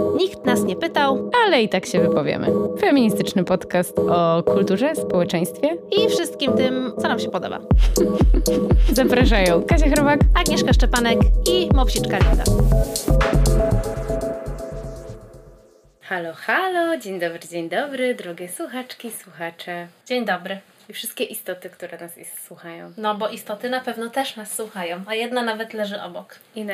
Nikt nas nie pytał, ale i tak się wypowiemy. Feministyczny podcast o kulturze, społeczeństwie i wszystkim tym, co nam się podoba. Zapraszają Kasia Chrobak, Agnieszka Szczepanek i Mopsiczka Linda. Halo, halo, dzień dobry, drogie słuchaczki, słuchacze. Dzień dobry. I wszystkie istoty, które nas słuchają. No bo istoty na pewno też nas słuchają, a jedna nawet leży obok. I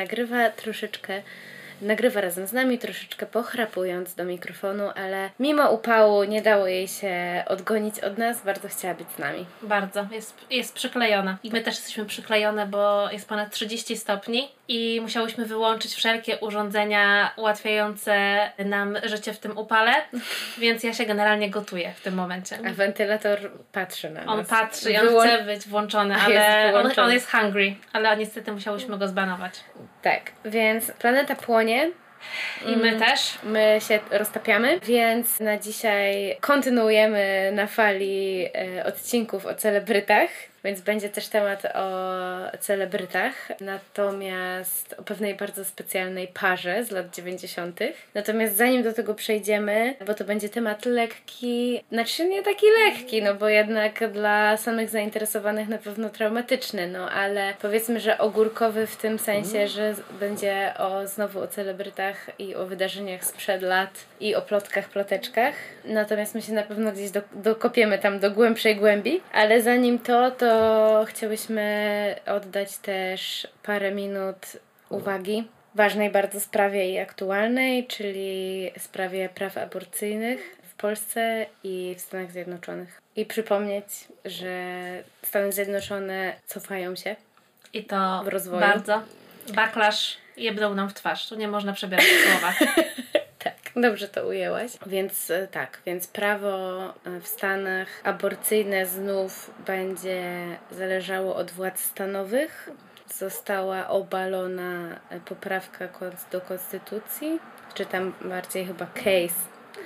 nagrywa razem z nami, troszeczkę pochrapując do mikrofonu, ale mimo upału nie dało jej się odgonić od nas, bardzo chciała być z nami. Bardzo, jest przyklejona. I my też jesteśmy przyklejone, bo jest ponad 30 stopni i musiałyśmy wyłączyć wszelkie urządzenia ułatwiające nam życie w tym upale, więc ja się generalnie gotuję w tym momencie. A wentylator patrzy na nas. On patrzy i on chce być włączony, ale on jest hungry, ale niestety musiałyśmy go zbanować. Tak, więc planeta płonie. I my też. My się roztapiamy, więc na dzisiaj kontynuujemy na fali odcinków o celebrytach, więc będzie też temat o celebrytach, natomiast o pewnej bardzo specjalnej parze z lat 90. Natomiast zanim do tego przejdziemy, bo to będzie temat lekki, znaczy nie taki lekki, no bo jednak dla samych zainteresowanych na pewno traumatyczny, no ale powiedzmy, że ogórkowy w tym sensie, że będzie znowu o celebrytach i o wydarzeniach sprzed lat i o ploteczkach. Natomiast my się na pewno gdzieś dokopiemy tam do głębszej głębi, ale zanim to chciałyśmy oddać też parę minut uwagi ważnej bardzo sprawie i aktualnej, czyli sprawie praw aborcyjnych w Polsce i w Stanach Zjednoczonych. I przypomnieć, że Stany Zjednoczone cofają się i to w rozwoju. Bardzo. Backlash jebnął nam w twarz. Tu nie można przebierać słowa. Tak, dobrze to ujęłaś. Więc prawo w Stanach aborcyjne znów będzie zależało od władz stanowych. Została obalona poprawka do konstytucji, czy tam bardziej chyba case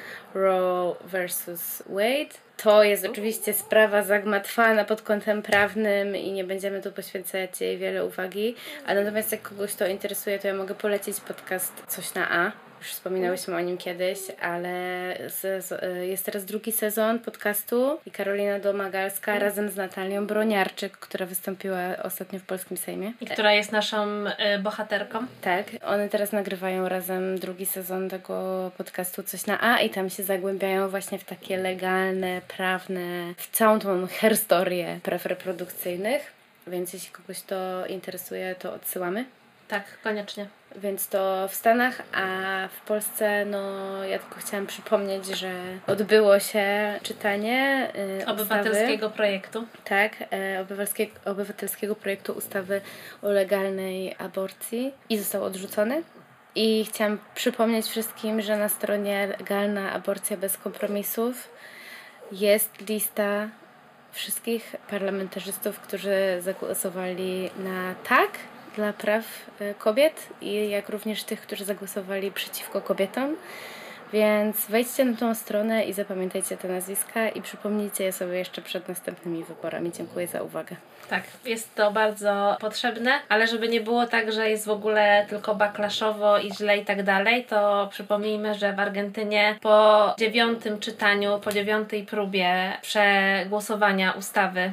Roe versus Wade. To jest oczywiście sprawa zagmatwana pod kątem prawnym i nie będziemy tu poświęcać jej wiele uwagi, a natomiast jak kogoś to interesuje, to ja mogę polecić podcast Coś na A. Już wspominałyśmy o nim kiedyś, ale jest teraz drugi sezon podcastu i Karolina Domagalska razem z Natalią Broniarczyk, która wystąpiła ostatnio w polskim Sejmie. I która jest naszą bohaterką. Tak, one teraz nagrywają razem drugi sezon tego podcastu Coś na A i tam się zagłębiają właśnie w takie legalne, prawne, w całą tą historię praw reprodukcyjnych, więc jeśli kogoś to interesuje, to odsyłamy. Tak, koniecznie. Więc to w Stanach, a w Polsce, ja tylko chciałam przypomnieć, że odbyło się czytanie obywatelskiego projektu. Tak, obywatelskiego projektu ustawy o legalnej aborcji i został odrzucony. I chciałam przypomnieć wszystkim, że na stronie Legalna Aborcja Bez Kompromisów jest lista wszystkich parlamentarzystów, którzy zagłosowali na tak dla praw kobiet i jak również tych, którzy zagłosowali przeciwko kobietom. Więc wejdźcie na tą stronę i zapamiętajcie te nazwiska i przypomnijcie je sobie jeszcze przed następnymi wyborami. Dziękuję za uwagę. Tak, jest to bardzo potrzebne, ale żeby nie było tak, że jest w ogóle tylko backlashowo i źle i tak dalej, to przypomnijmy, że w Argentynie po 9. czytaniu, po 9. próbie przegłosowania ustawy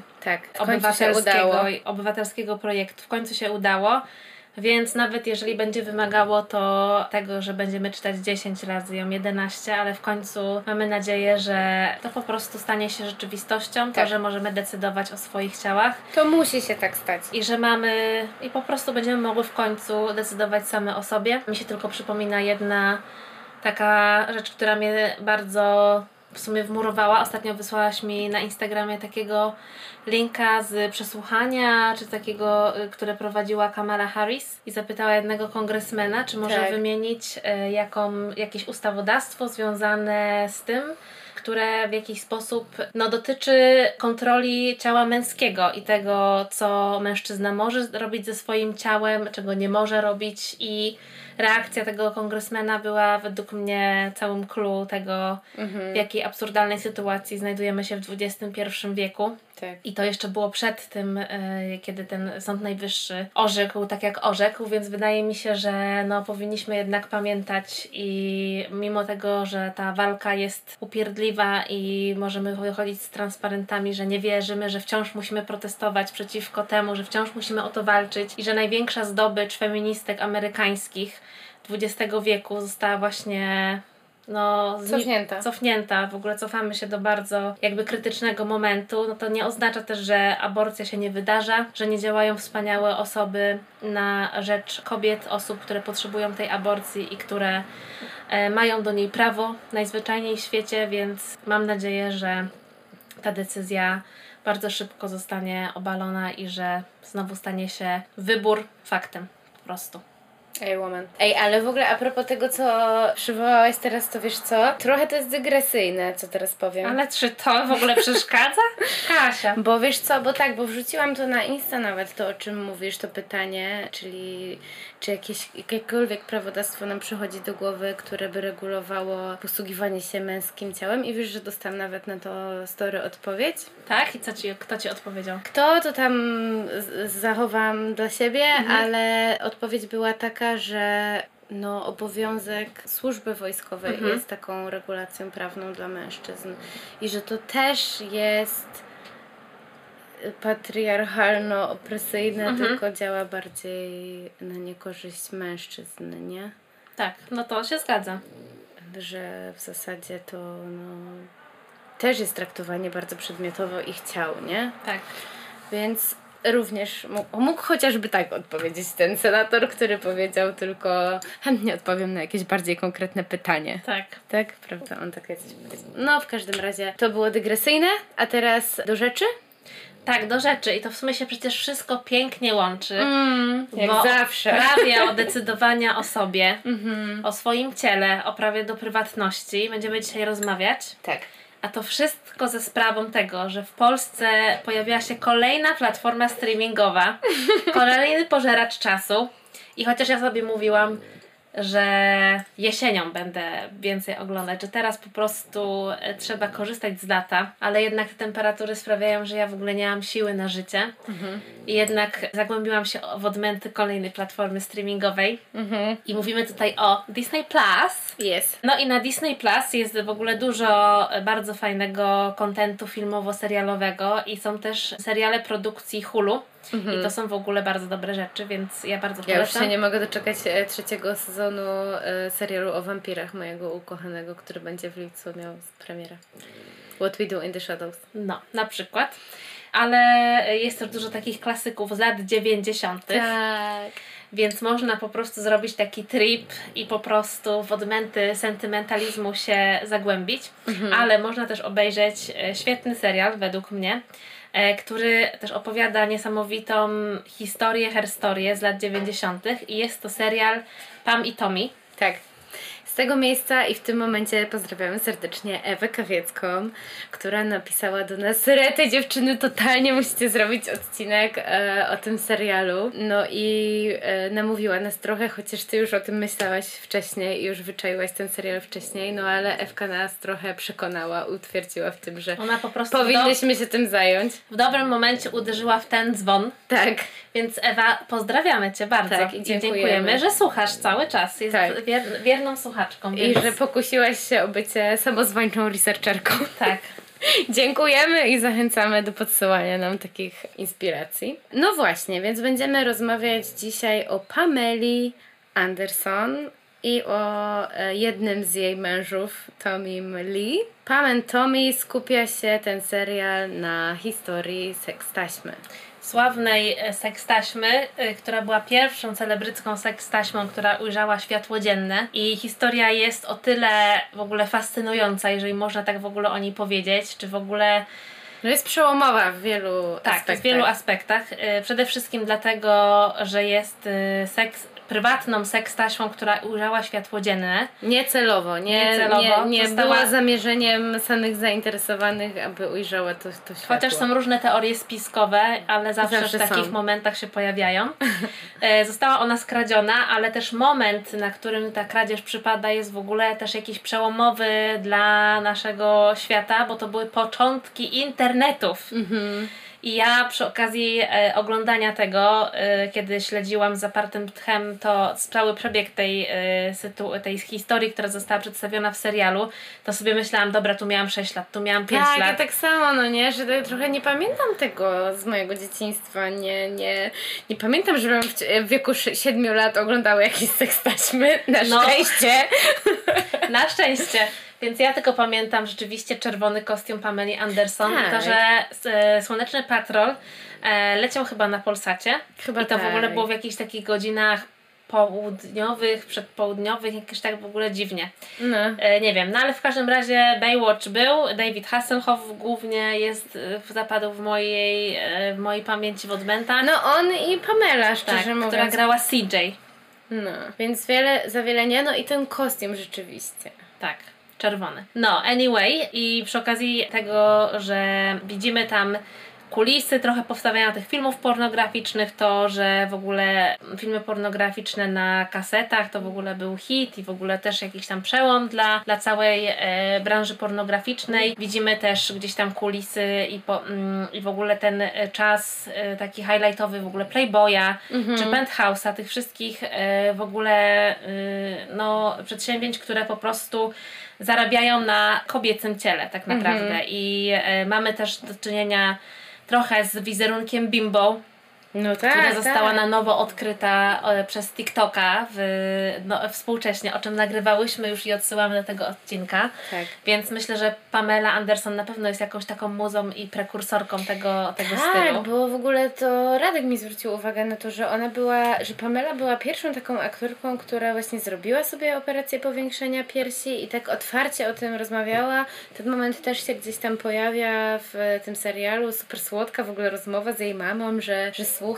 obywatelskiego projektu w końcu się udało. Więc nawet jeżeli będzie wymagało to tego, że będziemy czytać 10 razy ją 11, ale w końcu mamy nadzieję, że to po prostu stanie się rzeczywistością, to, że możemy decydować o swoich ciałach. To musi się tak stać. I po prostu będziemy mogły w końcu decydować same o sobie. Mi się tylko przypomina jedna taka rzecz, która mnie bardzo w sumie wmurowała. Ostatnio wysłałaś mi na Instagramie takiego linka z przesłuchania, czy takiego, które prowadziła Kamala Harris i zapytała jednego kongresmena, czy może wymienić jakieś ustawodawstwo związane z tym, które w jakiś sposób dotyczy kontroli ciała męskiego i tego, co mężczyzna może robić ze swoim ciałem, czego nie może robić, i reakcja tego kongresmena była według mnie całym clue tego, w jakiej absurdalnej sytuacji znajdujemy się w XXI wieku. Tak. I to jeszcze było przed tym, kiedy ten Sąd Najwyższy orzekł tak jak orzekł, więc wydaje mi się, że powinniśmy jednak pamiętać i mimo tego, że ta walka jest upierdliwa i możemy wychodzić z transparentami, że nie wierzymy, że wciąż musimy protestować przeciwko temu, że wciąż musimy o to walczyć i że największa zdobycz feministek amerykańskich XX wieku została właśnie cofnięta. W ogóle cofamy się do bardzo jakby krytycznego momentu. To nie oznacza też, że aborcja się nie wydarza, że nie działają wspaniałe osoby na rzecz kobiet, osób, które potrzebują tej aborcji i które mają do niej prawo najzwyczajniej w świecie, więc mam nadzieję, że ta decyzja bardzo szybko zostanie obalona i że znowu stanie się wybór faktem po prostu. Woman. Ale w ogóle a propos tego, co przywołałaś teraz, to wiesz co? Trochę to jest dygresyjne, co teraz powiem. Ale czy to w ogóle przeszkadza? Kasia. Bo wiesz co, bo wrzuciłam to na Insta nawet, to o czym mówisz, to pytanie, czyli czy jakiekolwiek prawodawstwo nam przychodzi do głowy, które by regulowało posługiwanie się męskim ciałem i wiesz, że dostałam nawet na to story odpowiedź. Tak? I kto ci odpowiedział? Kto to tam zachowam dla siebie, ale odpowiedź była taka, że obowiązek służby wojskowej jest taką regulacją prawną dla mężczyzn i że to też jest patriarchalno-opresyjne, tylko działa bardziej na niekorzyść mężczyzn, nie? Tak, to się zgadza. Że w zasadzie to też jest traktowanie bardzo przedmiotowo ich ciał, nie? Tak. Więc również mógł chociażby tak odpowiedzieć ten senator, który powiedział tylko chętnie odpowiem na jakieś bardziej konkretne pytanie. Tak. Tak? Prawda? On takie coś powiedział. W każdym razie to było dygresyjne, a teraz do rzeczy? Tak, do rzeczy. I to w sumie się przecież wszystko pięknie łączy. Jak zawsze. Prawie o decydowania o sobie, o swoim ciele, o prawie do prywatności. Będziemy dzisiaj rozmawiać. Tak. A to wszystko ze sprawą tego, że w Polsce pojawiła się kolejna platforma streamingowa, kolejny pożeracz czasu. I chociaż ja sobie mówiłam, że jesienią będę więcej oglądać, że teraz po prostu trzeba korzystać z lata, ale jednak te temperatury sprawiają, że ja w ogóle nie mam siły na życie i jednak zagłębiłam się w odmęty kolejnej platformy streamingowej i mówimy tutaj o Disney Plus. Yes. I na Disney Plus jest w ogóle dużo bardzo fajnego kontentu filmowo-serialowego i są też seriale produkcji Hulu. I to są w ogóle bardzo dobre rzeczy, więc ja bardzo polecam. Ja już się nie mogę doczekać 3. sezonu serialu o wampirach mojego ukochanego, który będzie w lipcu miał premierę. What We Do in the Shadows. Na przykład. Ale jest też dużo takich klasyków z lat 90. Tak. Więc można po prostu zrobić taki trip i po prostu w odmęty sentymentalizmu się zagłębić. Ale można też obejrzeć świetny serial, według mnie, który też opowiada niesamowitą herstorię z lat 90. i jest to serial Pam i Tommy. Tak. Z tego miejsca i w tym momencie pozdrawiamy serdecznie Ewę Kawiecką, która napisała do nas: rety dziewczyny, totalnie musicie zrobić odcinek o tym serialu. I namówiła nas trochę, chociaż ty już o tym myślałaś wcześniej i już wyczaiłaś ten serial wcześniej, ale Ewka nas trochę przekonała, utwierdziła w tym, że ona po prostu powinnyśmy się tym zająć. W dobrym momencie uderzyła w ten dzwon. Tak. Więc Ewa, pozdrawiamy Cię bardzo. Tak, i dziękujemy, że słuchasz cały czas. Jest wierną słuchaczką. Więc... I że pokusiłaś się o bycie samozwańczą researcherką. Tak. Dziękujemy i zachęcamy do podsyłania nam takich inspiracji. Właśnie, więc będziemy rozmawiać dzisiaj o Pameli Anderson i o jednym z jej mężów, Tommym Lee. Pam and Tommy skupia się ten serial na historii sekstaśmy. Sławnej sekstaśmy, która była pierwszą celebrycką sekstaśmą, która ujrzała światło dzienne. I historia jest o tyle w ogóle fascynująca, jeżeli można tak w ogóle o niej powiedzieć, czy w ogóle... jest przełomowa w wielu aspektach. Tak, w wielu aspektach. Przede wszystkim dlatego, że jest prywatną sekstaśmą, która ujrzała światło dzienne. Niecelowo. Nie było zamierzeniem samych zainteresowanych, aby ujrzała to światło. Chociaż są różne teorie spiskowe, ale zawsze w takich momentach się pojawiają. Została ona skradziona, ale też moment, na którym ta kradzież przypada, jest w ogóle też jakiś przełomowy dla naszego świata, bo to były początki internetów. I ja przy okazji oglądania tego, kiedy śledziłam z zapartym tchem to cały przebieg tej historii, która została przedstawiona w serialu, to sobie myślałam, dobra, tu miałam 6 lat, tu miałam 5 lat. Ja tak samo, no nie, że trochę nie pamiętam tego z mojego dzieciństwa, nie pamiętam, żebym w wieku 7 lat oglądała jakieś sekstaśmy, na szczęście. Na szczęście. Więc ja tylko pamiętam rzeczywiście czerwony kostium Pameli Anderson i to, że Słoneczny Patrol leciał chyba na Polsacie. I to w ogóle było w jakichś takich godzinach południowych, przedpołudniowych, jakoś tak w ogóle dziwnie. Nie wiem, ale w każdym razie Baywatch był, David Hasselhoff głównie zapadł w mojej pamięci w odmętach. No on i Pamela, szczerze mówiąc. Która grała CJ. No, więc za wiele nie, no i ten kostium rzeczywiście. Tak. Czerwony. No, anyway, i przy okazji tego, że widzimy tam kulisy trochę powstawiania tych filmów pornograficznych, to, że w ogóle filmy pornograficzne na kasetach to w ogóle był hit i w ogóle też jakiś tam przełom dla całej branży pornograficznej. Widzimy też gdzieś tam kulisy i w ogóle ten czas taki highlightowy w ogóle Playboya czy Penthouse'a, tych wszystkich w ogóle przedsięwzięć, które po prostu zarabiają na kobiecym ciele tak naprawdę. I mamy też do czynienia trochę z wizerunkiem bimbo, która została na nowo odkryta przez TikToka współcześnie, o czym nagrywałyśmy już i odsyłamy do tego odcinka. Tak. Więc myślę, że Pamela Anderson na pewno jest jakąś taką muzą i prekursorką tego stylu. Tak, bo w ogóle to Radek mi zwrócił uwagę na to, że że Pamela była pierwszą taką aktorką, która właśnie zrobiła sobie operację powiększenia piersi i tak otwarcie o tym rozmawiała. Ten moment też się gdzieś tam pojawia w tym serialu. Super słodka w ogóle rozmowa z jej mamą, że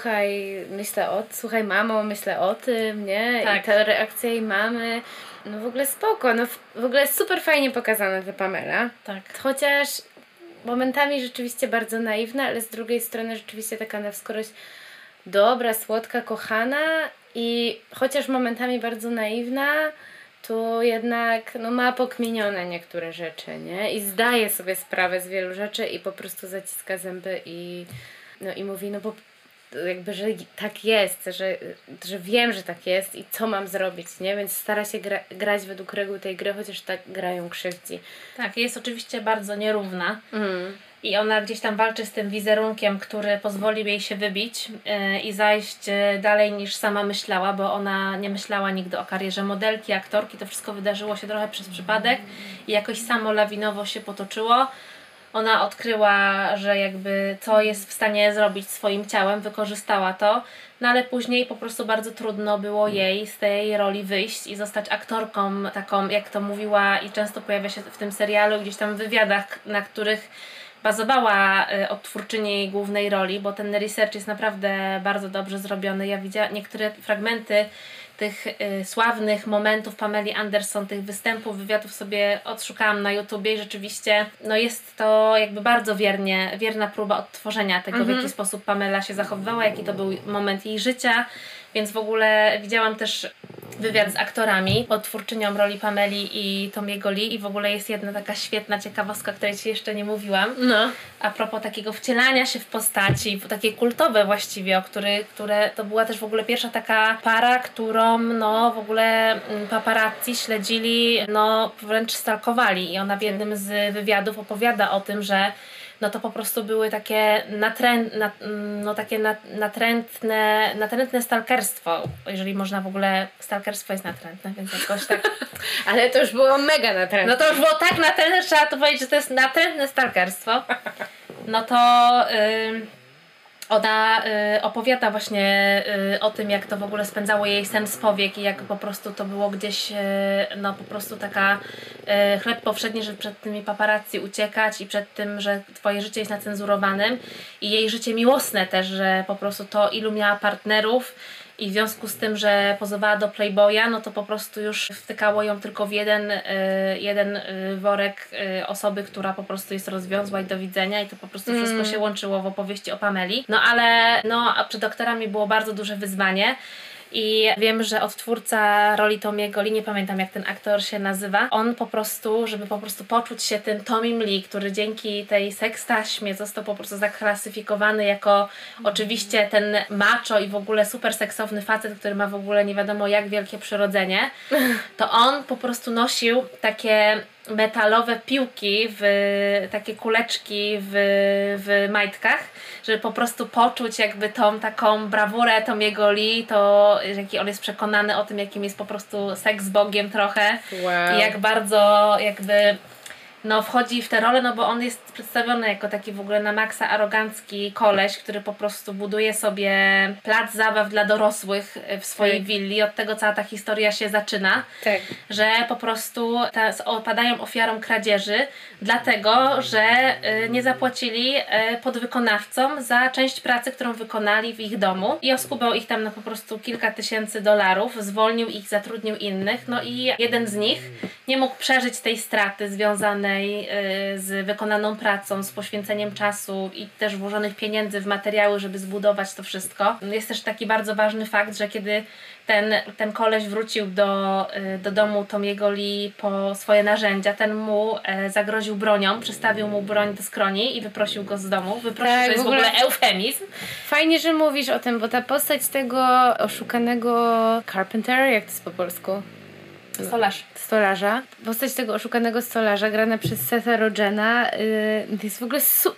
słuchaj mamo, myślę o tym, nie? Tak. I ta reakcja jej mamy, no w ogóle spoko, no w ogóle super fajnie pokazana ta Pamela. Tak. Chociaż momentami rzeczywiście bardzo naiwna, ale z drugiej strony rzeczywiście taka na wskroś dobra, słodka, kochana i chociaż momentami bardzo naiwna, to jednak ma pokminione niektóre rzeczy, nie? I zdaje sobie sprawę z wielu rzeczy i po prostu zaciska zęby i mówi, bo jakby, że tak jest, że wiem, że tak jest i co mam zrobić, nie? Więc stara się grać według reguł tej gry, chociaż tak grają krzywdzi. Tak, jest oczywiście bardzo nierówna i ona gdzieś tam walczy z tym wizerunkiem, który pozwolił jej się wybić i zajść dalej niż sama myślała, bo ona nie myślała nigdy o karierze modelki, aktorki, to wszystko wydarzyło się trochę przez przypadek i jakoś samo lawinowo się potoczyło. Ona odkryła, że jakby co jest w stanie zrobić swoim ciałem, wykorzystała to, no ale później po prostu bardzo trudno było jej z tej roli wyjść i zostać aktorką taką, jak to mówiła i często pojawia się w tym serialu, gdzieś tam w wywiadach, na których bazowała odtwórczyni jej głównej roli, bo ten research jest naprawdę bardzo dobrze zrobiony. Ja widziałam niektóre fragmenty tych sławnych momentów Pameli Anderson, tych występów, wywiadów sobie odszukałam na YouTubie i rzeczywiście jest to jakby bardzo wierna próba odtworzenia tego, w jaki sposób Pamela się zachowywała, jaki to był moment jej życia, więc w ogóle widziałam też wywiad z aktorami, odtwórczynią roli Pameli i Tomiego Lee i w ogóle jest jedna taka świetna ciekawostka, której Ci jeszcze nie mówiłam. A propos takiego wcielania się w postaci, takie kultowe właściwie, które to była też w ogóle pierwsza taka para, którą w ogóle paparazzi śledzili, wręcz stalkowali i ona w jednym z wywiadów opowiada o tym, że to po prostu były takie natrętne stalkerstwo, jeżeli można w ogóle, stalkerstwo jest natrętne, więc jakoś tak. Ale to już było mega natrętne. To już było tak natrętne, trzeba tu powiedzieć, że to jest natrętne stalkerstwo. Ona opowiada właśnie o tym, jak to w ogóle spędzało jej sen z powiek i jak po prostu to było gdzieś po prostu taka chleb powszedni, żeby przed tymi paparazzi uciekać i przed tym, że twoje życie jest nacenzurowanym i jej życie miłosne też, że po prostu to ilu miała partnerów i w związku z tym, że pozowała do Playboya, no to po prostu już wtykało ją tylko w jeden worek osoby, która po prostu jest rozwiązła i do widzenia i to po prostu wszystko się łączyło w opowieści o Pameli. No ale a przed aktorami było bardzo duże wyzwanie. I wiem, że odtwórca roli Tomiego Lee, nie pamiętam jak ten aktor się nazywa, on po prostu, żeby po prostu poczuć się tym Tomim Lee, który dzięki tej sekstaśmie został po prostu zaklasyfikowany jako oczywiście ten macho i w ogóle super seksowny facet, który ma w ogóle nie wiadomo jak wielkie przyrodzenie, to on po prostu nosił takie metalowe piłki, takie kuleczki w majtkach, żeby po prostu poczuć jakby tą taką brawurę Tomiego Lee, to jaki on jest przekonany o tym, jakim jest po prostu seks z Bogiem trochę. Wow. I jak bardzo jakby wchodzi w tę rolę, no bo on jest przedstawiony jako taki w ogóle na maksa arogancki koleś, który po prostu buduje sobie plac zabaw dla dorosłych w swojej willi. Od tego cała ta historia się zaczyna. Tak. Że po prostu padają ofiarą kradzieży, dlatego, że nie zapłacili podwykonawcom za część pracy, którą wykonali w ich domu i oskubał ich tam na po prostu kilka tysięcy dolarów, zwolnił ich, zatrudnił innych, no i jeden z nich nie mógł przeżyć tej straty związanej z wykonaną pracą, z poświęceniem czasu i też włożonych pieniędzy w materiały, żeby zbudować to wszystko. Jest też taki bardzo ważny fakt, że kiedy ten koleś wrócił do domu Tomiego Lee po swoje narzędzia, ten mu zagroził bronią, przystawił mu broń do skroni i wyprosił go z domu. Wyprosił, tak, to jest w ogóle eufemizm. Fajnie, że mówisz o tym, bo ta postać tego oszukanego Carpenter, jak to jest po polsku? Stolarza. Postać tego oszukanego stolarza, grana przez Setha Rogena, jest w ogóle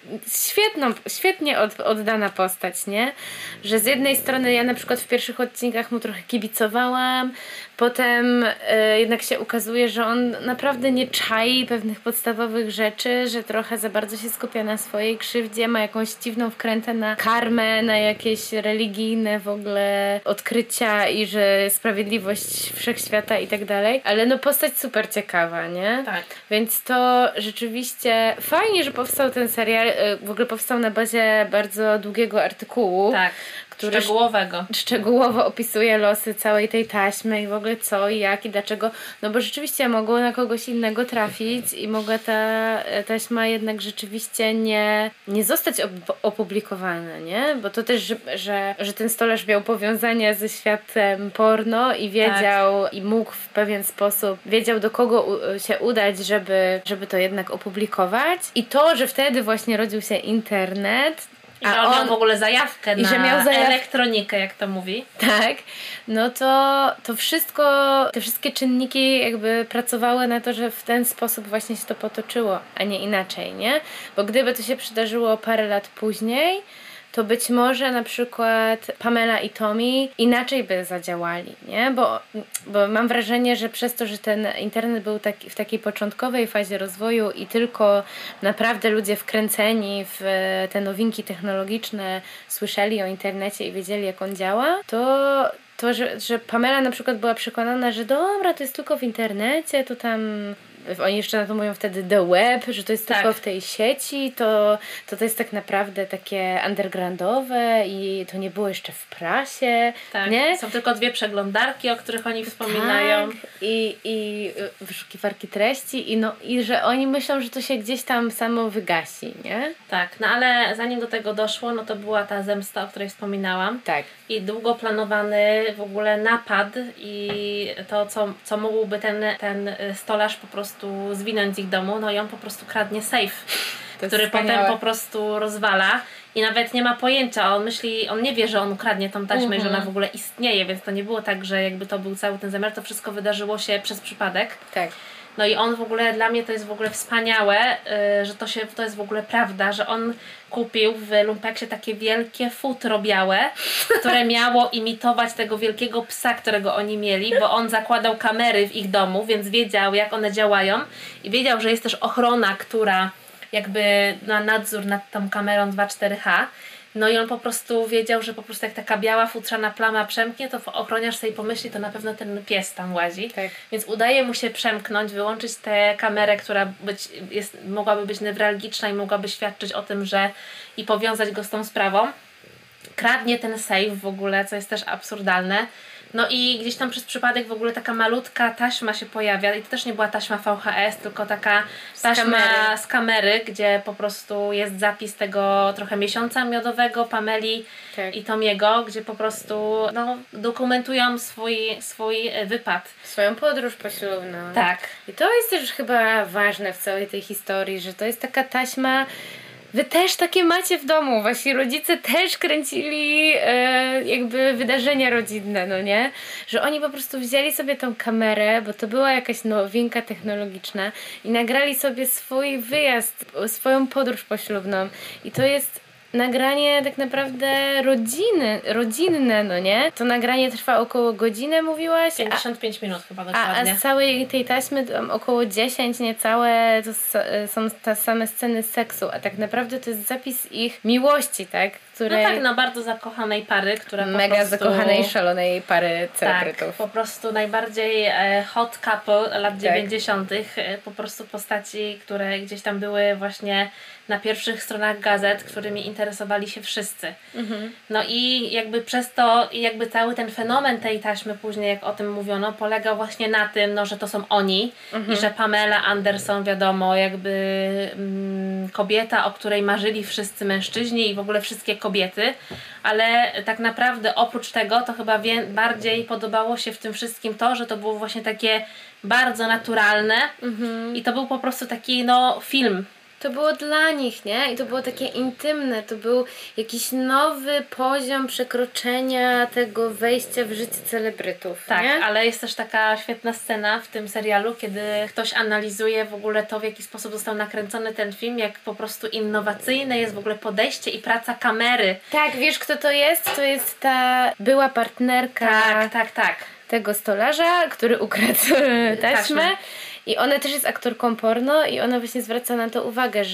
świetnie oddana postać, nie? Że z jednej strony ja na przykład w pierwszych odcinkach mu trochę kibicowałam, potem jednak się ukazuje, że on naprawdę nie czai pewnych podstawowych rzeczy, że trochę za bardzo się skupia na swojej krzywdzie, ma jakąś dziwną wkrętę na karmę, na jakieś religijne w ogóle odkrycia i że sprawiedliwość wszechświata i tak dalej, ale postać super ciekawa, nie? Tak. Więc to rzeczywiście fajnie, że powstał ten serial, w ogóle powstał na bazie bardzo długiego artykułu. Tak. Który szczegółowo opisuje losy całej tej taśmy i w ogóle co i jak i dlaczego, no bo rzeczywiście mogło na kogoś innego trafić i mogła ta taśma jednak rzeczywiście nie zostać opublikowana, nie? Bo to też, że ten stolarz miał powiązania ze światem porno i wiedział i mógł w pewien sposób, wiedział do kogo się udać, żeby to jednak opublikować i to, że wtedy właśnie rodził się internet. I że on miał w ogóle zajawkę na elektronikę, jak to mówi. Tak, no to wszystko, te wszystkie czynniki jakby pracowały na to, że w ten sposób właśnie się to potoczyło, a nie inaczej, nie? Bo gdyby to się przydarzyło parę lat później, to być może na przykład Pamela i Tommy inaczej by zadziałali, nie? Bo mam wrażenie, że przez to, że ten internet był w takiej początkowej fazie rozwoju i tylko naprawdę ludzie wkręceni w te nowinki technologiczne słyszeli o internecie i wiedzieli, jak on działa, że Pamela na przykład była przekonana, że dobra, to jest tylko w internecie, to tam oni jeszcze na to mówią wtedy the web, że to jest tylko w tej sieci, to jest tak naprawdę takie undergroundowe i to nie było jeszcze w prasie. Tak. Nie? Są tylko 2 przeglądarki, o których oni wspominają. Tak. I wyszukiwarki treści i że oni myślą, że to się gdzieś tam samo wygasi, nie? Tak, no ale zanim do tego doszło, no to była ta zemsta, o której wspominałam. Tak. I długo planowany w ogóle napad i to, co mógłby ten stolarz po prostu zwinąć z ich domu, no i on po prostu kradnie safe, który potem po prostu rozwala i nawet nie ma pojęcia, on nie wie, że on ukradnie tą taśmę i że ona w ogóle istnieje, więc to nie było tak, że jakby to był cały ten zamiar, to wszystko wydarzyło się przez przypadek. Tak. No i on w ogóle, dla mnie to jest w ogóle wspaniałe, że to jest w ogóle prawda, że on kupił w lumpeksie takie wielkie futro białe, które miało imitować tego wielkiego psa, którego oni mieli, bo on zakładał kamery w ich domu, więc wiedział, jak one działają i wiedział, że jest też ochrona, która jakby na nadzór nad tą kamerą 2.4H. No i on po prostu wiedział, że po prostu jak taka biała futrzana plama przemknie, to ochroniarz sobie pomyśli, to na pewno ten pies tam łazi. Tak. Więc udaje mu się przemknąć, wyłączyć tę kamerę, która mogłaby być newralgiczna i mogłaby świadczyć o tym, że i powiązać go z tą sprawą. kradnie ten safe w ogóle, co jest też absurdalne. No i gdzieś tam przez przypadek w ogóle taka malutka taśma się pojawia i to też nie była taśma VHS, tylko taka taśma z kamery, gdzie po prostu jest zapis tego trochę miesiąca miodowego, Pameli i Tomiego, gdzie po prostu dokumentują swój wypad. Swoją podróż poślubną. Tak. I to jest też chyba ważne w całej tej historii, że to jest taka taśma. Wy też takie macie w domu. Wasi rodzice też kręcili jakby wydarzenia rodzinne, no nie? Że oni po prostu wzięli sobie tą kamerę, bo to była jakaś nowinka technologiczna i nagrali sobie swój wyjazd, swoją podróż poślubną. I to jest nagranie tak naprawdę rodzinne, no nie? To nagranie trwa około godziny, mówiłaś? 55 minut chyba dokładnie. A z całej tej taśmy tam około 10 niecałe to są te same sceny seksu, a tak naprawdę to jest zapis ich miłości, tak? Której... No tak, bardzo zakochanej pary, która mega zakochanej, szalonej pary celebrytów. Tak, po prostu najbardziej hot couple lat 90. Po prostu postaci, które gdzieś tam były właśnie na pierwszych stronach gazet, którymi interesowali się wszyscy. No i jakby przez to, jakby cały ten fenomen tej taśmy później, jak o tym mówiono, polegał właśnie na tym, no, że to są oni i że Pamela Anderson, wiadomo, jakby kobieta, o której marzyli wszyscy mężczyźni i w ogóle wszystkie kobiety, ale tak naprawdę oprócz tego to chyba bardziej podobało się w tym wszystkim to, że to było właśnie takie bardzo naturalne i to był po prostu taki film. To było dla nich, nie? I to było takie intymne, to był jakiś nowy poziom przekroczenia tego wejścia w życie celebrytów. Tak, nie? Ale jest też taka świetna scena w tym serialu, kiedy ktoś analizuje w ogóle to, w jaki sposób został nakręcony ten film, jak po prostu innowacyjne jest w ogóle podejście i praca kamery. Tak, wiesz kto to jest? To jest ta była partnerka tak. tego stolarza, który ukradł taśmę. I ona też jest aktorką porno i ona właśnie zwraca na to uwagę,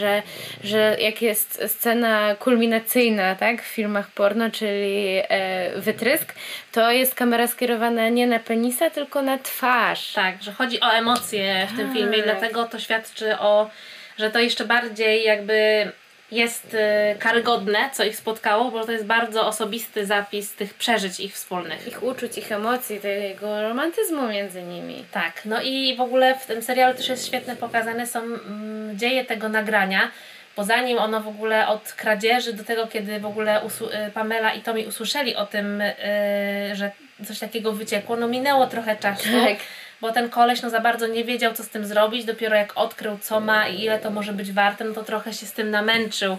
że jak jest scena kulminacyjna, tak, w filmach porno, czyli wytrysk, to jest kamera skierowana nie na penisa, tylko na twarz. Tak, że chodzi o emocje w tym filmie i dlatego to świadczy że to jeszcze bardziej jakby jest karygodne, co ich spotkało, bo to jest bardzo osobisty zapis tych przeżyć ich wspólnych. Ich uczuć, ich emocji, tego romantyzmu między nimi. Tak, no i w ogóle w tym serialu też jest świetnie pokazane są dzieje tego nagrania, bo zanim ono w ogóle od kradzieży do tego, kiedy w ogóle Pamela i Tommy usłyszeli o tym, że coś takiego wyciekło, minęło trochę czasu. Tak. Bo ten koleś za bardzo nie wiedział, co z tym zrobić. Dopiero jak odkrył, co ma i ile to może być warte, to trochę się z tym namęczył.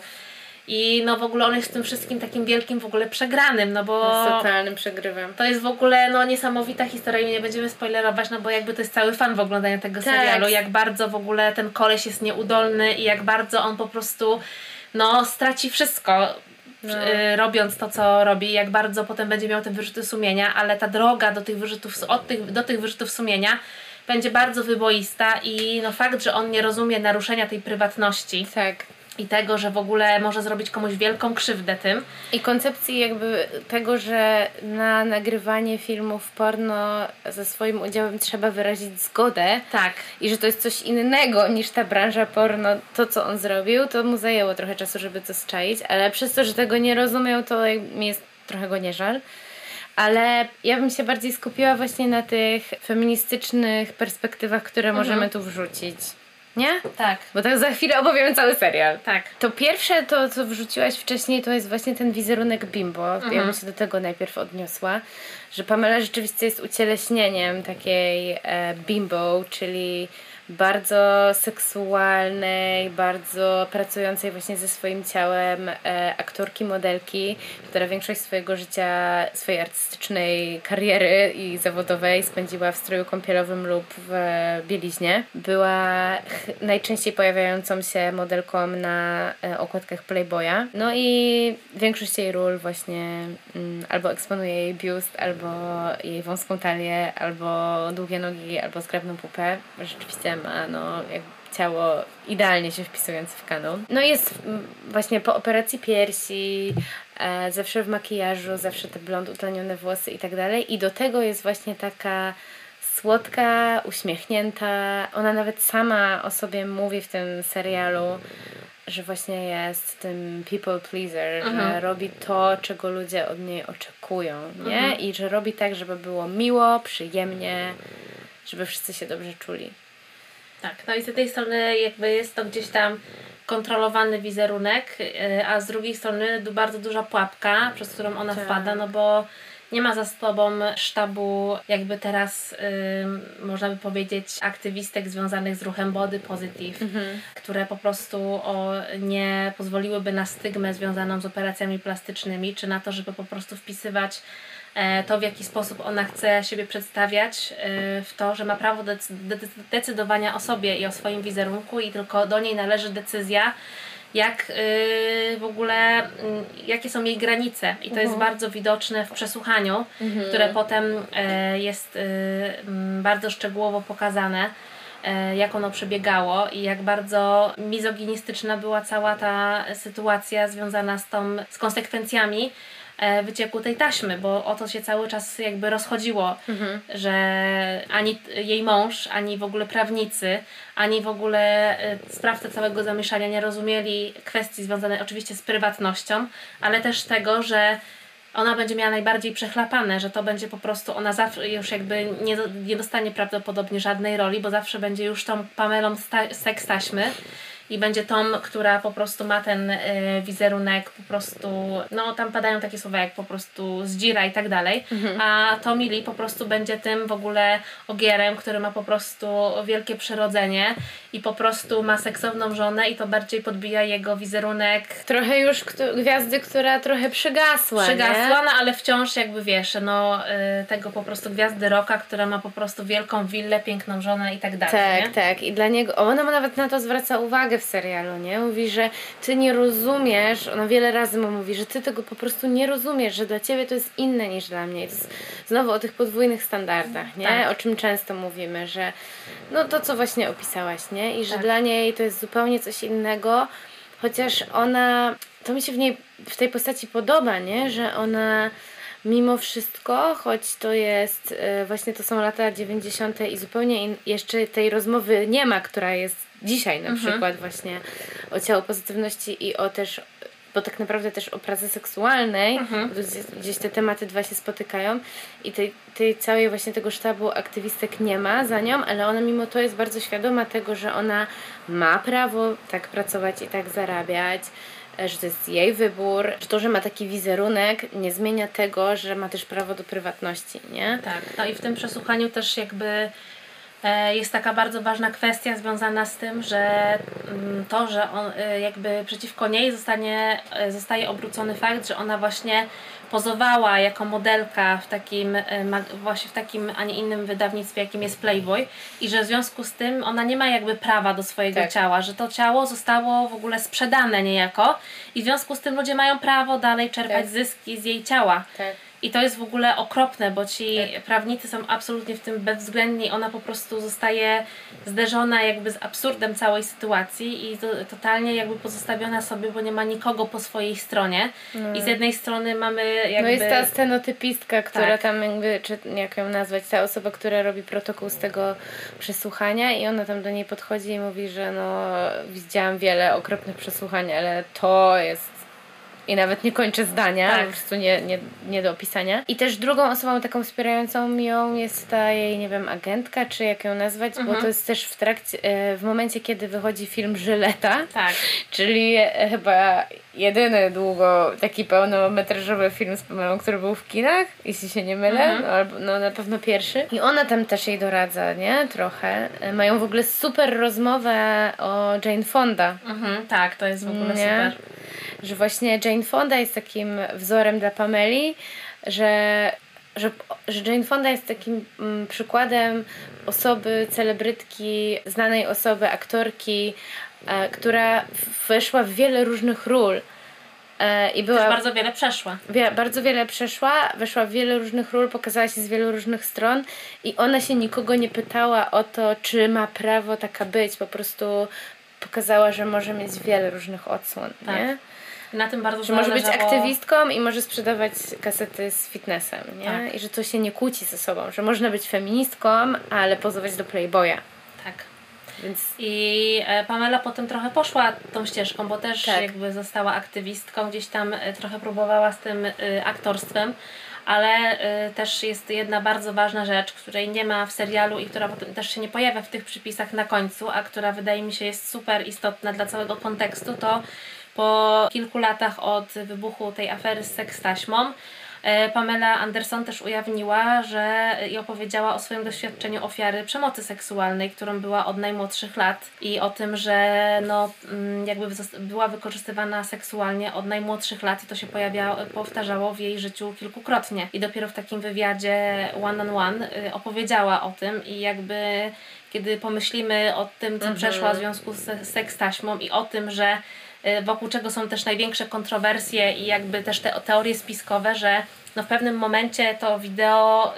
I w ogóle on jest z tym wszystkim takim wielkim w ogóle przegranym, bo... Z totalnym przegrywem. To jest w ogóle niesamowita historia i nie będziemy spoilerować, bo jakby to jest cały fan w oglądaniu tego serialu. Jak bardzo w ogóle ten koleś jest nieudolny i jak bardzo on po prostu straci wszystko. Robiąc to, co robi, jak bardzo potem będzie miał te wyrzuty sumienia, ale ta droga do tych wyrzutów sumienia będzie bardzo wyboista i fakt, że on nie rozumie naruszenia tej prywatności i tego, że w ogóle może zrobić komuś wielką krzywdę tym. I koncepcji jakby tego, że na nagrywanie filmów porno ze swoim udziałem trzeba wyrazić zgodę. Tak. I że to jest coś innego niż ta branża porno, to co on zrobił, to mu zajęło trochę czasu, żeby to zczaić, ale przez to, że tego nie rozumiał, to mi jest trochę go nie żal. Ale ja bym się bardziej skupiła właśnie na tych feministycznych perspektywach, które możemy tu wrzucić. Nie? Tak. Bo tak za chwilę opowiemy cały serial. Tak. To pierwsze, to co wrzuciłaś wcześniej, to jest właśnie ten wizerunek bimbo. Ja bym się do tego najpierw odniosła. Że Pamela rzeczywiście jest ucieleśnieniem takiej bimbo, czyli bardzo seksualnej, bardzo pracującej właśnie ze swoim ciałem aktorki, modelki, która większość swojego życia, swojej artystycznej kariery i zawodowej spędziła w stroju kąpielowym lub w bieliźnie. Była najczęściej pojawiającą się modelką na okładkach Playboya. No i większość jej ról właśnie albo eksponuje jej biust, albo jej wąską talię, albo długie nogi, albo zgrabną pupę. Rzeczywiście ma ciało idealnie się wpisujące w kanon. Jest właśnie po operacji piersi, zawsze w makijażu, zawsze te blond utlenione włosy i tak dalej. I do tego jest właśnie taka słodka, uśmiechnięta. Ona nawet sama o sobie mówi w tym serialu, że właśnie jest tym people pleaser, że robi to, czego ludzie od niej oczekują, nie? I że robi tak, żeby było miło, przyjemnie, żeby wszyscy się dobrze czuli. Tak, no i z tej strony jakby jest to gdzieś tam kontrolowany wizerunek, a z drugiej strony bardzo duża pułapka, przez którą ona wpada, no bo nie ma za sobą sztabu jakby teraz można by powiedzieć aktywistek związanych z ruchem body positive, które po prostu nie pozwoliłyby na stygmę związaną z operacjami plastycznymi, czy na to, żeby po prostu wpisywać to, w jaki sposób ona chce siebie przedstawiać, w to, że ma prawo decydowania o sobie i o swoim wizerunku i tylko do niej należy decyzja, jak w ogóle, jakie są jej granice. I to jest bardzo widoczne w przesłuchaniu, które potem jest bardzo szczegółowo pokazane, jak ono przebiegało i jak bardzo mizoginistyczna była cała ta sytuacja związana z konsekwencjami wycieku tej taśmy, bo o to się cały czas jakby rozchodziło, że ani jej mąż, ani w ogóle prawnicy, ani w ogóle sprawcy całego zamieszania nie rozumieli kwestii związanej oczywiście z prywatnością, ale też tego, że ona będzie miała najbardziej przechlapane, że to będzie po prostu, ona zawsze już jakby nie dostanie prawdopodobnie żadnej roli, bo zawsze będzie już tą Pamelą seks taśmy i będzie tą, która po prostu ma ten wizerunek po prostu, no tam padają takie słowa jak po prostu zdzira i tak dalej, a Tommy Lee po prostu będzie tym w ogóle ogierem, który ma po prostu wielkie przyrodzenie i po prostu ma seksowną żonę i to bardziej podbija jego wizerunek. Trochę już gwiazdy, która trochę przygasła, nie? No ale wciąż jakby wiesz, no tego po prostu gwiazdy rocka, która ma po prostu wielką willę, piękną żonę i tak dalej. Tak, nie? tak. I dla niego, ona nawet na to zwraca uwagę w serialu, nie? Mówi, że ty nie rozumiesz, ona wiele razy mu mówi, że ty tego po prostu nie rozumiesz, że dla ciebie to jest inne niż dla mnie. To jest znowu o tych podwójnych standardach, nie? Tak. O czym często mówimy, że no to, co właśnie opisałaś, nie? I że Tak. dla niej to jest zupełnie coś innego, chociaż ona, to mi się w tej postaci podoba, nie? Że ona mimo wszystko, choć to jest właśnie to są lata 90. i zupełnie jeszcze tej rozmowy nie ma, która jest dzisiaj na przykład właśnie o ciało pozytywności i o też, bo tak naprawdę też o pracy seksualnej, gdzieś te tematy dwa się spotykają i tej całej właśnie tego sztabu aktywistek nie ma za nią, ale ona mimo to jest bardzo świadoma tego, że ona ma prawo tak pracować i tak zarabiać, że to jest jej wybór, że to, że ma taki wizerunek nie zmienia tego, że ma też prawo do prywatności, nie? Tak, no i w tym przesłuchaniu też jakby jest taka bardzo ważna kwestia związana z tym, że to, że on jakby przeciwko niej zostaje obrócony fakt, że ona właśnie pozowała jako modelka właśnie w takim, a nie innym wydawnictwie, jakim jest Playboy i że w związku z tym ona nie ma jakby prawa do swojego ciała, że to ciało zostało w ogóle sprzedane niejako i w związku z tym ludzie mają prawo dalej czerpać zyski z jej ciała. Tak. I to jest w ogóle okropne, bo ci prawnicy są absolutnie w tym bezwzględni. Ona po prostu zostaje zderzona jakby z absurdem całej sytuacji i totalnie jakby pozostawiona sobie, bo nie ma nikogo po swojej stronie. I z jednej strony mamy jakby... No jest ta scenotypistka, która tam jakby, czy jak ją nazwać, ta osoba, która robi protokół z tego przesłuchania i ona tam do niej podchodzi i mówi, że no widziałam wiele okropnych przesłuchań, ale to jest... I nawet nie kończę zdania, po prostu nie do opisania. I też drugą osobą taką wspierającą ją jest ta jej, nie wiem, agentka, czy jak ją nazwać, bo to jest też w momencie, kiedy wychodzi film Żyleta, czyli chyba jedyny długo taki pełnometrażowy film z Pamelą, który był w kinach, jeśli się nie mylę, albo no na pewno pierwszy. I ona tam też jej doradza, nie? Trochę. Mają w ogóle super rozmowę o Jane Fonda. Tak, to jest w ogóle super. Że właśnie Jane Fonda jest takim wzorem dla Pameli, że Jane Fonda jest takim przykładem osoby, celebrytki, znanej osoby, aktorki, która weszła w wiele różnych ról. I była, też bardzo wiele przeszła. Bardzo wiele przeszła, weszła w wiele różnych ról, pokazała się z wielu różnych stron i ona się nikogo nie pytała o to, czy ma prawo taka być. Po prostu pokazała, że może mieć wiele różnych odsłon, nie? Na tym bardzo że może być aktywistką i może sprzedawać kasety z fitnessem, nie? I że to się nie kłóci ze sobą, że można być feministką, ale pozować do Playboya. Tak. Więc... I Pamela potem trochę poszła tą ścieżką, bo też jakby została aktywistką, gdzieś tam trochę próbowała z tym aktorstwem, ale też jest jedna bardzo ważna rzecz, której nie ma w serialu i która potem też się nie pojawia w tych przypisach na końcu, a która wydaje mi się jest super istotna dla całego kontekstu, to po kilku latach od wybuchu tej afery z sekstaśmą Pamela Anderson też ujawniła, że i opowiedziała o swoim doświadczeniu ofiary przemocy seksualnej, którą była od najmłodszych lat i o tym, że jakby była wykorzystywana seksualnie od najmłodszych lat i to się powtarzało w jej życiu kilkukrotnie. I dopiero w takim wywiadzie one on one opowiedziała o tym i jakby kiedy pomyślimy o tym, co przeszła w związku z sekstaśmą i o tym, że wokół czego są też największe kontrowersje i jakby też te teorie spiskowe, że w pewnym momencie to wideo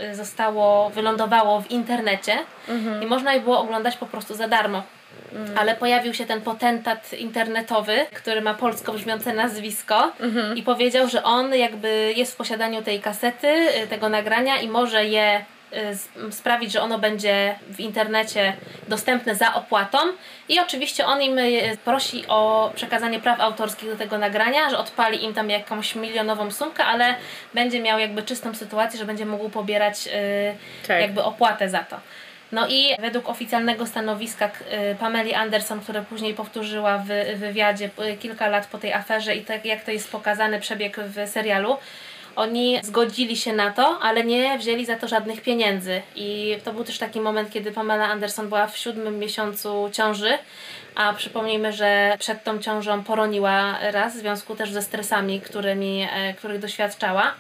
wylądowało w internecie i można je było oglądać po prostu za darmo. Ale pojawił się ten potentat internetowy, który ma polsko brzmiące nazwisko i powiedział, że on jakby jest w posiadaniu tej kasety, tego nagrania i może je sprawić, że ono będzie w internecie dostępne za opłatą i oczywiście on im prosi o przekazanie praw autorskich do tego nagrania, że odpali im tam jakąś milionową sumkę, ale będzie miał jakby czystą sytuację, że będzie mógł pobierać jakby opłatę za to. No i według oficjalnego stanowiska Pameli Anderson, które później powtórzyła w wywiadzie kilka lat po tej aferze i tak jak to jest pokazany przebieg w serialu, oni zgodzili się na to, ale nie wzięli za to żadnych pieniędzy. I to był też taki moment, kiedy Pamela Anderson była w 7. miesiącu ciąży, a przypomnijmy, że przed tą ciążą poroniła raz w związku też ze stresami, których doświadczała.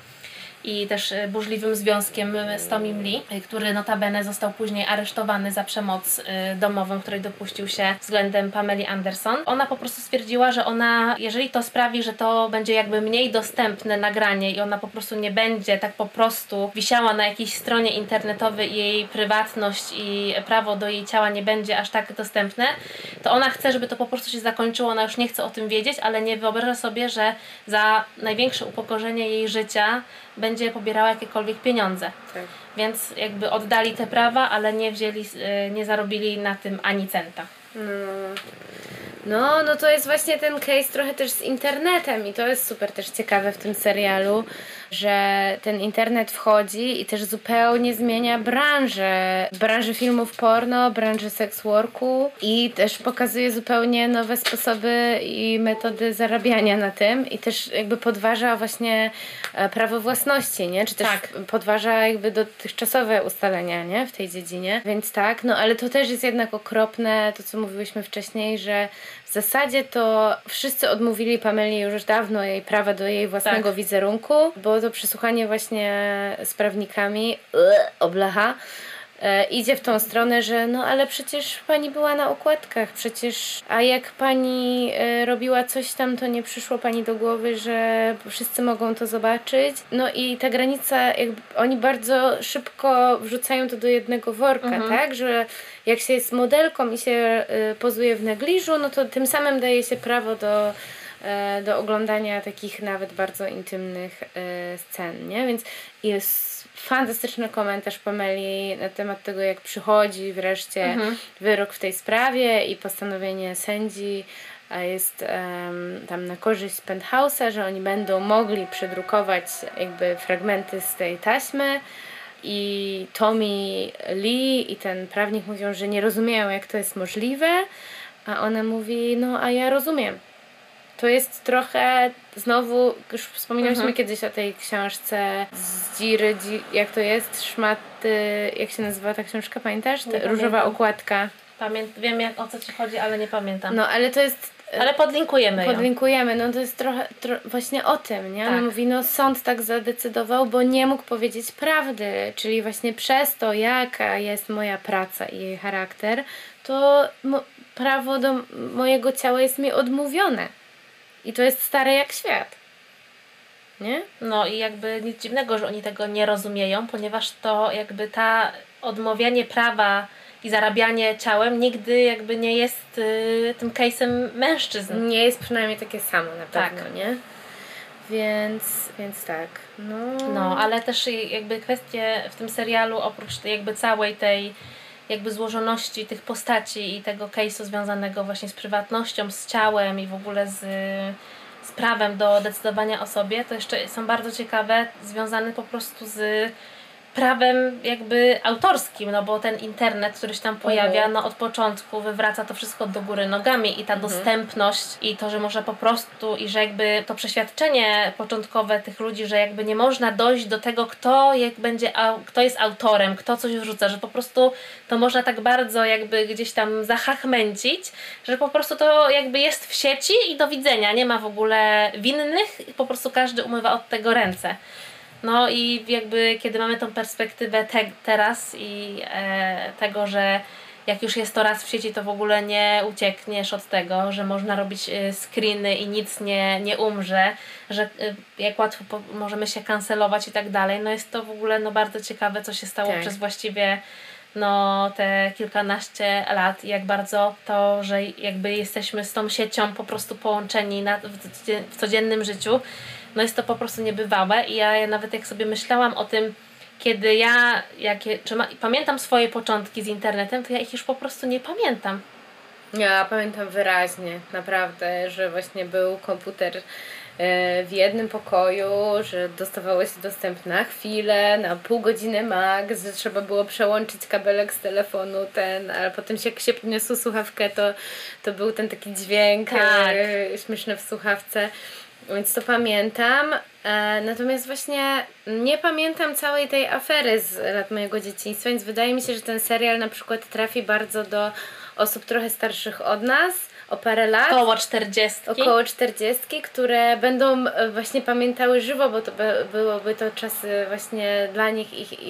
I też burzliwym związkiem z Tomim Lee, który notabene został później aresztowany za przemoc domową, której dopuścił się względem Pameli Anderson. Ona po prostu stwierdziła, że jeżeli to sprawi, że to będzie jakby mniej dostępne nagranie i ona po prostu nie będzie tak po prostu wisiała na jakiejś stronie internetowej i jej prywatność i prawo do jej ciała nie będzie aż tak dostępne, to ona chce, żeby to po prostu się zakończyło, ona już nie chce o tym wiedzieć, ale nie wyobraża sobie, że za największe upokorzenie jej życia będzie pobierała jakiekolwiek pieniądze. Tak. Więc jakby oddali te prawa, ale nie zarobili na tym ani centa. No to jest właśnie ten case trochę też z internetem i to jest super też ciekawe w tym serialu, że ten internet wchodzi i też zupełnie zmienia branżę filmów porno, branżę sex worku i też pokazuje zupełnie nowe sposoby i metody zarabiania na tym i też jakby podważa właśnie prawo własności, nie? Czy też podważa jakby dotychczasowe ustalenia, nie? W tej dziedzinie. Więc tak, ale to też jest jednak okropne, to co mówiłyśmy wcześniej, że w zasadzie to wszyscy odmówili Pameli już dawno jej prawa do jej własnego wizerunku, bo to przesłuchanie właśnie z prawnikami oblecha idzie w tą stronę, że ale przecież pani była na okładkach, a jak pani robiła coś tam, to nie przyszło pani do głowy, że wszyscy mogą to zobaczyć. No i ta granica, jakby oni bardzo szybko wrzucają to do jednego worka, tak? Że jak się jest modelką i się pozuje w negliżu, no to tym samym daje się prawo do oglądania takich nawet bardzo intymnych scen, nie? Więc jest fantastyczny komentarz Pameli na temat tego, jak przychodzi wreszcie wyrok w tej sprawie i postanowienie sędzi jest tam na korzyść Penthouse'a, że oni będą mogli przedrukować jakby fragmenty z tej taśmy i Tommy Lee i ten prawnik mówią, że nie rozumieją, jak to jest możliwe, a ona mówi, a ja rozumiem. To jest trochę, znowu, już wspominałyśmy kiedyś o tej książce z Dziry, jak to jest, szmaty, jak się nazywa ta książka, pamiętasz? Różowa okładka. Wiem o co ci chodzi, ale nie pamiętam. Ale to jest... Ale podlinkujemy ją. To jest trochę właśnie o tym, nie? Ona mówi, sąd tak zadecydował, bo nie mógł powiedzieć prawdy, czyli właśnie przez to, jaka jest moja praca i jej charakter, to prawo do mojego ciała jest mi odmówione. I to jest stare jak świat. Nie? I jakby nic dziwnego, że oni tego nie rozumieją, ponieważ to jakby odmawianie prawa i zarabianie ciałem nigdy jakby nie jest tym case'em mężczyzn. Nie jest przynajmniej takie samo na pewno, nie? Więc tak. Ale też jakby kwestie w tym serialu, oprócz jakby całej tej jakby złożoności tych postaci i tego case'u związanego właśnie z prywatnością, z ciałem i w ogóle z prawem do decydowania o sobie, to jeszcze są bardzo ciekawe, związane po prostu z prawem jakby autorskim, no bo ten internet, który się tam pojawia, no od początku wywraca to wszystko do góry nogami i ta dostępność i to, że można po prostu i że jakby to przeświadczenie początkowe tych ludzi, że jakby nie można dojść do tego, kto jest autorem, kto coś wrzuca, że po prostu to można tak bardzo jakby gdzieś tam zahachmęcić, że po prostu to jakby jest w sieci i do widzenia, nie ma w ogóle winnych i po prostu każdy umywa od tego ręce. No i jakby kiedy mamy tą perspektywę teraz i tego, że jak już jest to raz w sieci, to w ogóle nie uciekniesz od tego, że można robić screeny i nic nie umrze, że jak łatwo możemy się kancelować i tak dalej. No jest to w ogóle bardzo ciekawe, co się stało przez właściwie te kilkanaście lat i jak bardzo to, że jakby jesteśmy z tą siecią po prostu połączeni w codziennym życiu, no jest to po prostu niebywałe i ja nawet jak sobie myślałam o tym, kiedy pamiętam swoje początki z internetem, to ja ich już po prostu nie pamiętam. Ja pamiętam wyraźnie, naprawdę, że właśnie był komputer w jednym pokoju, że dostawało się dostęp na chwilę, na pół godziny max, że trzeba było przełączyć kabelek z telefonu ale potem jak się podniosło słuchawkę, to był ten taki dźwięk śmieszny w słuchawce. Więc to pamiętam, natomiast właśnie nie pamiętam całej tej afery z lat mojego dzieciństwa, więc wydaje mi się, że ten serial na przykład trafi bardzo do osób trochę starszych od nas, o parę lat. Około 40, które będą właśnie pamiętały żywo, bo to byłoby to czasy właśnie dla nich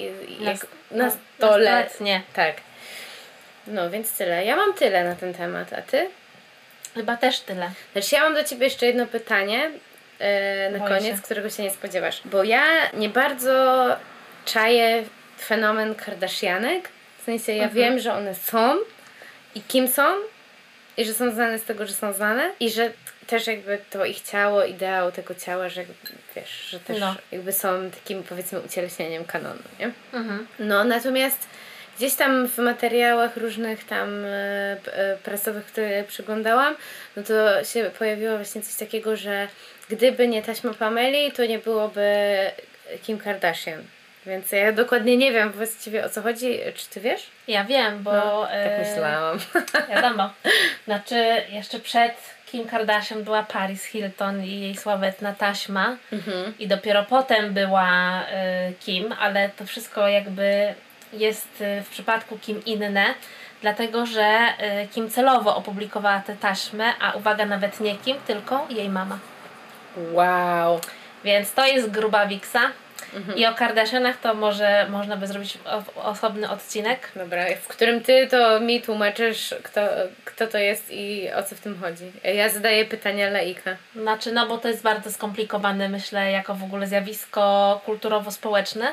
na stole. Tak. No więc tyle. Ja mam tyle na ten temat, a ty? Chyba też tyle. Znaczy ja mam do ciebie jeszcze jedno pytanie na koniec, którego się nie spodziewasz. Bo ja nie bardzo czaję fenomen Kardashianek. W sensie ja wiem, że one są i kim są i że są znane z tego, że są znane i że też jakby to ich ciało, ideał tego ciała, że wiesz, że też jakby są takim powiedzmy ucieleśnieniem kanonu, nie? No natomiast gdzieś tam w materiałach różnych tam prasowych, które przeglądałam, no to się pojawiło właśnie coś takiego, że gdyby nie taśma Pameli, to nie byłoby Kim Kardashian. Więc ja dokładnie nie wiem właściwie o co chodzi. Czy ty wiesz? Ja wiem, bo... tak myślałam. Wiadomo. Znaczy jeszcze przed Kim Kardashian była Paris Hilton i jej sławetna taśma. I dopiero potem była Kim, ale to wszystko jakby jest w przypadku Kim inne, dlatego że Kim celowo opublikowała tę taśmę, a uwaga, nawet nie Kim, tylko jej mama. Wow. Więc to jest gruba wiksa. I o Kardashianach to może można by zrobić osobny odcinek. Dobra, w którym ty to mi tłumaczysz, kto to jest i o co w tym chodzi. Ja zadaję pytania laika. Znaczy, bo to jest bardzo skomplikowane, myślę, jako w ogóle zjawisko kulturowo-społeczne.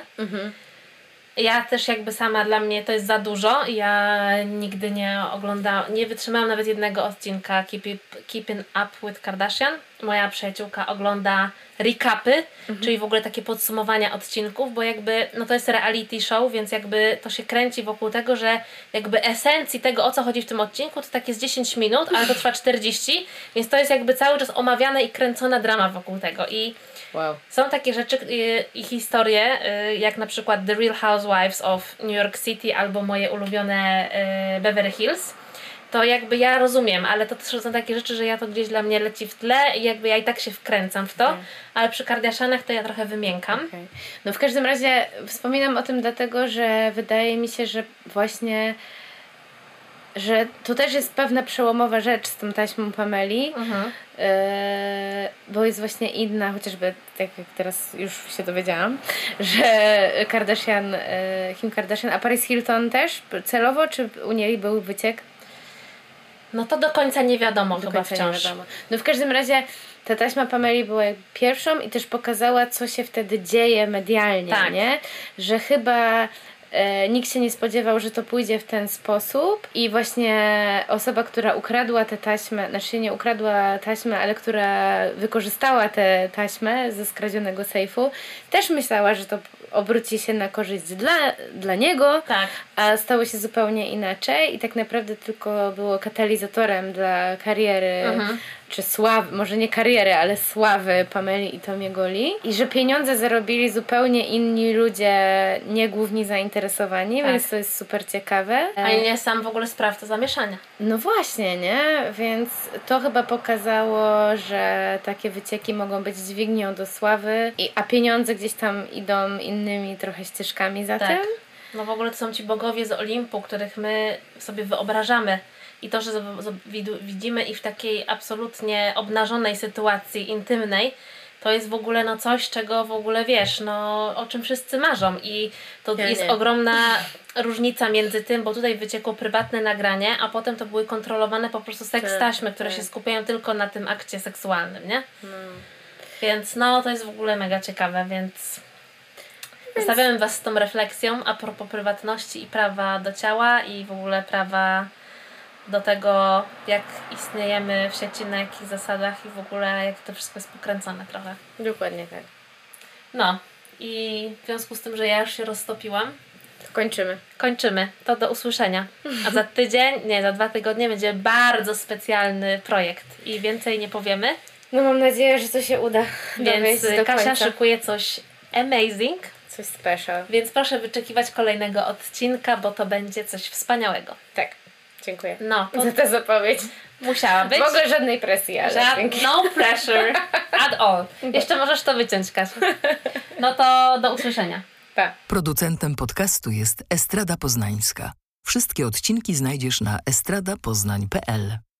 Ja też jakby sama, dla mnie to jest za dużo. Ja nigdy nie wytrzymałam nawet jednego odcinka Keeping Up with Kardashian. Moja przyjaciółka ogląda recapy, czyli w ogóle takie podsumowania odcinków, bo jakby to jest reality show, więc jakby to się kręci wokół tego, że jakby esencji tego, o co chodzi w tym odcinku, to tak jest 10 minut, ale to trwa 40, więc to jest jakby cały czas omawiana i kręcona drama wokół tego. I są takie rzeczy i historie, jak na przykład The Real Housewives of New York City albo moje ulubione Beverly Hills. To jakby ja rozumiem, ale to też są takie rzeczy, że ja to gdzieś dla mnie leci w tle i jakby ja i tak się wkręcam w to, ale przy Kardashianach to ja trochę wymiękam. No w każdym razie wspominam o tym dlatego, że wydaje mi się, że właśnie że to też jest pewna przełomowa rzecz z tą taśmą Pameli, bo jest właśnie inna, chociażby tak jak teraz już się dowiedziałam, że Kim Kardashian, a Paris Hilton też celowo, czy u niej był wyciek? No to do końca nie wiadomo chyba wciąż. No w każdym razie ta taśma Pameli była pierwszą i też pokazała, co się wtedy dzieje medialnie, nie? Że chyba nikt się nie spodziewał, że to pójdzie w ten sposób i właśnie osoba, która ukradła tę taśmę, znaczy nie ukradła taśmę, ale która wykorzystała tę taśmę ze skradzionego sejfu, też myślała, że to obróci się na korzyść dla niego, Tak. a stało się zupełnie inaczej i tak naprawdę tylko było katalizatorem dla kariery czy sławy, może nie kariery, ale sławy Pameli i Tomiego Lee i że pieniądze zarobili zupełnie inni ludzie, nie główni zainteresowani, więc to jest super ciekawe. A nie sam w ogóle sprawca zamieszania. No właśnie, nie? Więc to chyba pokazało, że takie wycieki mogą być dźwignią do sławy, a pieniądze gdzieś tam idą innymi trochę ścieżkami za tym. No w ogóle to są ci bogowie z Olimpu, których my sobie wyobrażamy. I to, że widzimy ich w takiej absolutnie obnażonej sytuacji intymnej, to jest w ogóle no coś, czego w ogóle wiesz, no o czym wszyscy marzą. I to jest ogromna różnica między tym, bo tutaj wyciekło prywatne nagranie, a potem to były kontrolowane po prostu seks taśmy, które się skupiają tylko na tym akcie seksualnym, nie? Więc no to jest w ogóle mega ciekawe, więc zostawiamy Was z tą refleksją a propos prywatności i prawa do ciała i w ogóle prawa do tego, jak istniejemy w sieci, na jakich zasadach i w ogóle jak to wszystko jest pokręcone trochę. Dokładnie tak. No i w związku z tym, że ja już się roztopiłam, kończymy. To do usłyszenia. A za za 2 tygodnie będzie bardzo specjalny projekt i więcej nie powiemy. No mam nadzieję, że to się uda. Więc Kasia szykuje coś amazing. Coś special. Więc proszę wyczekiwać kolejnego odcinka, bo to będzie coś wspaniałego. Tak. Dziękuję za tę zapowiedź. Musiała być. W ogóle żadnej presji, ale no pressure at all. Jeszcze możesz to wyciąć, Kasia. No to do usłyszenia. Pa. Producentem podcastu jest Estrada Poznańska. Wszystkie odcinki znajdziesz na estradapoznań.pl.